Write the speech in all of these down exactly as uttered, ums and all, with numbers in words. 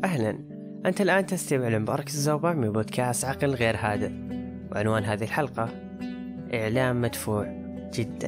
أهلا، أنت الآن تستمع لمباركس الزوبع من بودكاست عقل غير هادئ، وعنوان هذه الحلقة إعلام مدفوع جدا.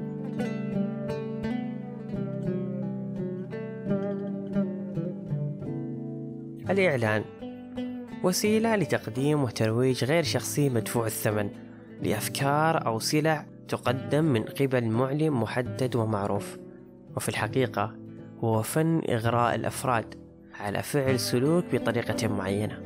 الإعلان وسيلة لتقديم وترويج غير شخصي مدفوع الثمن لأفكار أو سلع تقدم من قبل معلن محدد ومعروف، وفي الحقيقة هو فن إغراء الأفراد على فعل سلوك بطريقة معينة.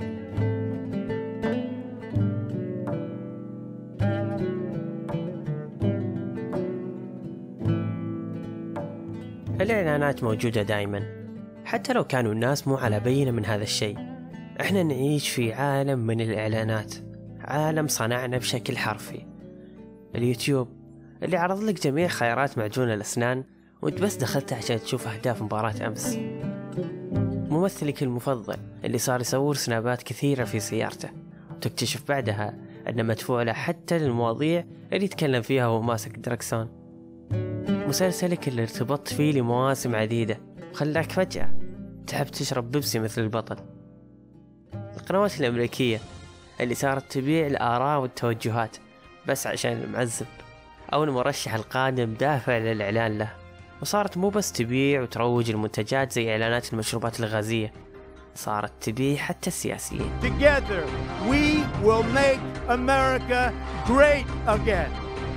الإعلانات موجودة دائما، حتى لو كانوا الناس مو على بينة من هذا الشيء. احنا نعيش في عالم من الإعلانات، عالم صنعنا بشكل حرفي. اليوتيوب اللي عرض لك جميع خيارات معجون الأسنان وانت بس دخلت عشان تشوف أهداف مباراة أمس. ممثلك المفضل اللي صار يصور سنابات كثيرة في سيارته، وتكتشف بعدها أنه مدفوع له حتى للمواضيع اللي يتكلم فيها وهو ماسك دركسون. مسلسلك اللي ارتبطت فيه لمواسم عديدة وخلاك فجأة تحب تشرب بيبسي مثل البطل. القنوات الأمريكية اللي صارت تبيع الآراء والتوجهات بس عشان المعزب أو المرشح القادم دافع للإعلان له، وصارت مو بس تبيع وتروج المنتجات زي إعلانات المشروبات الغازية، صارت تبيع حتى السياسيين. Together we will make America great again.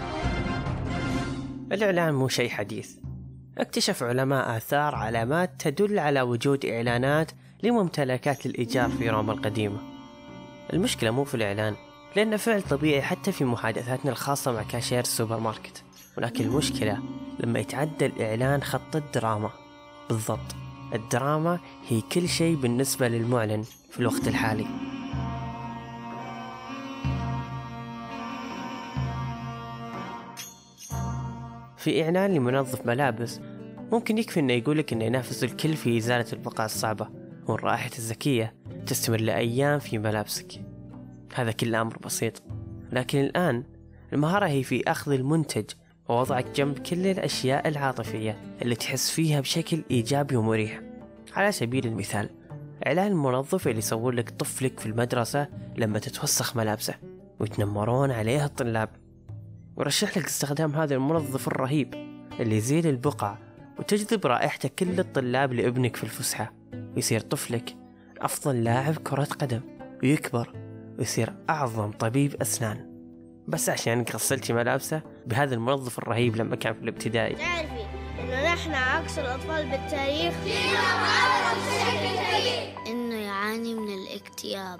الإعلان مو شيء حديث. اكتشف علماء آثار علامات تدل على وجود إعلانات لممتلكات الإيجار في روما القديمة. المشكلة مو في الإعلان، لأنه فعل طبيعي حتى في محادثاتنا الخاصة مع كاشير السوبر ماركت، ولكن المشكلة لما يتعدى الإعلان خط الدراما. بالضبط، الدراما هي كل شيء بالنسبة للمعلن في الوقت الحالي. في إعلان لمنظف ملابس ممكن يكفي إنه يقولك إنه ينافس الكل في إزالة البقع الصعبة، والرائحة الذكية تستمر لأيام في ملابسك. هذا كل أمر بسيط، لكن الآن المهارة هي في أخذ المنتج ووضعك جنب كل الأشياء العاطفية اللي تحس فيها بشكل إيجابي ومريح. على سبيل المثال، إعلان المنظف اللي يصور لك طفلك في المدرسة لما تتوسخ ملابسه ويتنمرون عليه الطلاب، ورشح لك استخدام هذا المنظف الرهيب اللي يزيل البقع وتجذب رائحته كل الطلاب لابنك في الفسحة، ويصير طفلك أفضل لاعب كرة قدم ويكبر ويصير أعظم طبيب أسنان بس عشان غسلتي ملابسه بهذا المنظف الرهيب لما كان في الابتدائي. تعرفي إنه نحن عكس الأطفال بالتاريخ، إنه يعاني من الاكتئاب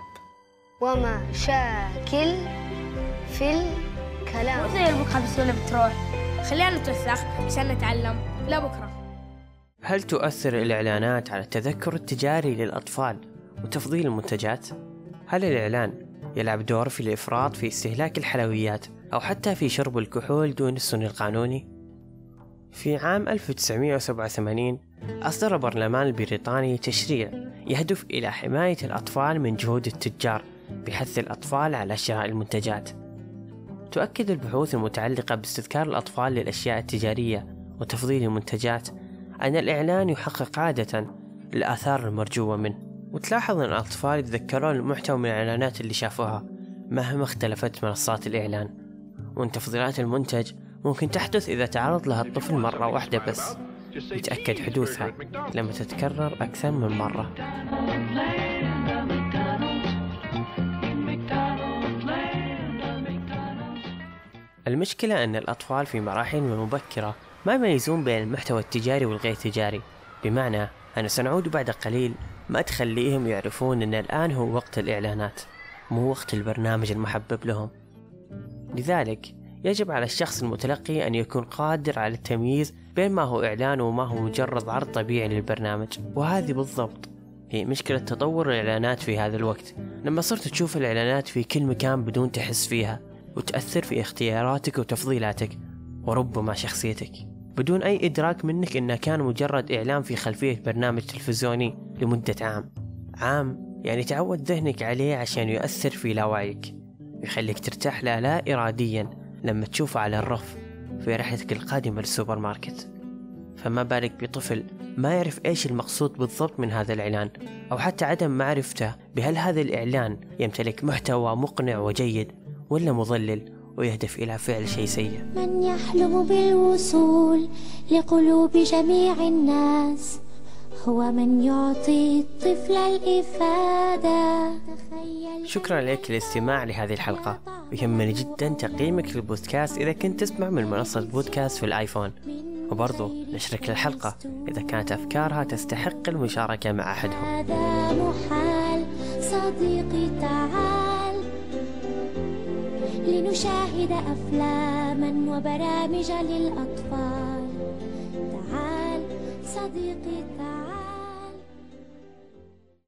ومشاكل في الكلام. وزي البقعة بالسنة بتروح، خلينا نتوسخ عشان نتعلم لا بكرة. هل تؤثر الإعلانات على التذكر التجاري للأطفال وتفضيل المنتجات؟ هل الإعلان يلعب دور في الإفراط في استهلاك الحلويات أو حتى في شرب الكحول دون السن القانوني؟ في عام ألف وتسعمائة وسبعة وثمانين أصدر البرلمان البريطاني تشريع يهدف إلى حماية الأطفال من جهود التجار بحث الأطفال على شراء المنتجات. تؤكد البحوث المتعلقة باستذكار الأطفال للأشياء التجارية وتفضيل المنتجات أن الإعلان يحقق عادة الآثار المرجوة منه، وتلاحظ أن الأطفال يتذكرون المحتوى من الإعلانات اللي شافوها مهما اختلفت منصات الإعلان، وأن تفضيلات المنتج ممكن تحدث إذا تعرض لها الطفل مرة واحدة بس، يتأكد حدوثها لما تتكرر أكثر من مرة. المشكلة أن الأطفال في مراحلهم المبكرة ما يميزون بين المحتوى التجاري والغير التجاري، بمعنى أن سنعود بعد قليل ما تخليهم يعرفون أن الآن هو وقت الإعلانات مو وقت البرنامج المحبب لهم. لذلك يجب على الشخص المتلقي أن يكون قادر على التمييز بين ما هو إعلان وما هو مجرد عرض طبيعي للبرنامج. وهذه بالضبط هي مشكلة تطور الإعلانات في هذا الوقت، لما صرت تشوف الإعلانات في كل مكان بدون تحس فيها وتأثر في اختياراتك وتفضيلاتك وربما شخصيتك بدون أي إدراك منك إنه كان مجرد إعلان في خلفية برنامج تلفزيوني لمدة عام. عام يعني تعود ذهنك عليه عشان يؤثر في لاوعيك ويخليك ترتاح له لا إراديا لما تشوفه على الرف في رحلتك القادمة للسوبر ماركت. فما بالك بطفل ما يعرف إيش المقصود بالضبط من هذا الإعلان، أو حتى عدم معرفته بهل هذا الإعلان يمتلك محتوى مقنع وجيد ولا مضلل ويهدف إلى فعل شيء سيء. من يحلم بالوصول لقلوب جميع الناس هو من يعطي الطفل الإفادة. شكرا لك للاستماع لهذه الحلقة، ويهمني جدا تقييمك للبودكاست إذا كنت تسمع من منصة بودكاست في الآيفون، وبرضو نشرك للحلقة إذا كانت أفكارها تستحق المشاركة مع أحدهم. هذا محال صديقي، تعال لنشاهد أفلاما وبرامج للأطفال. تعال صديقي تعال.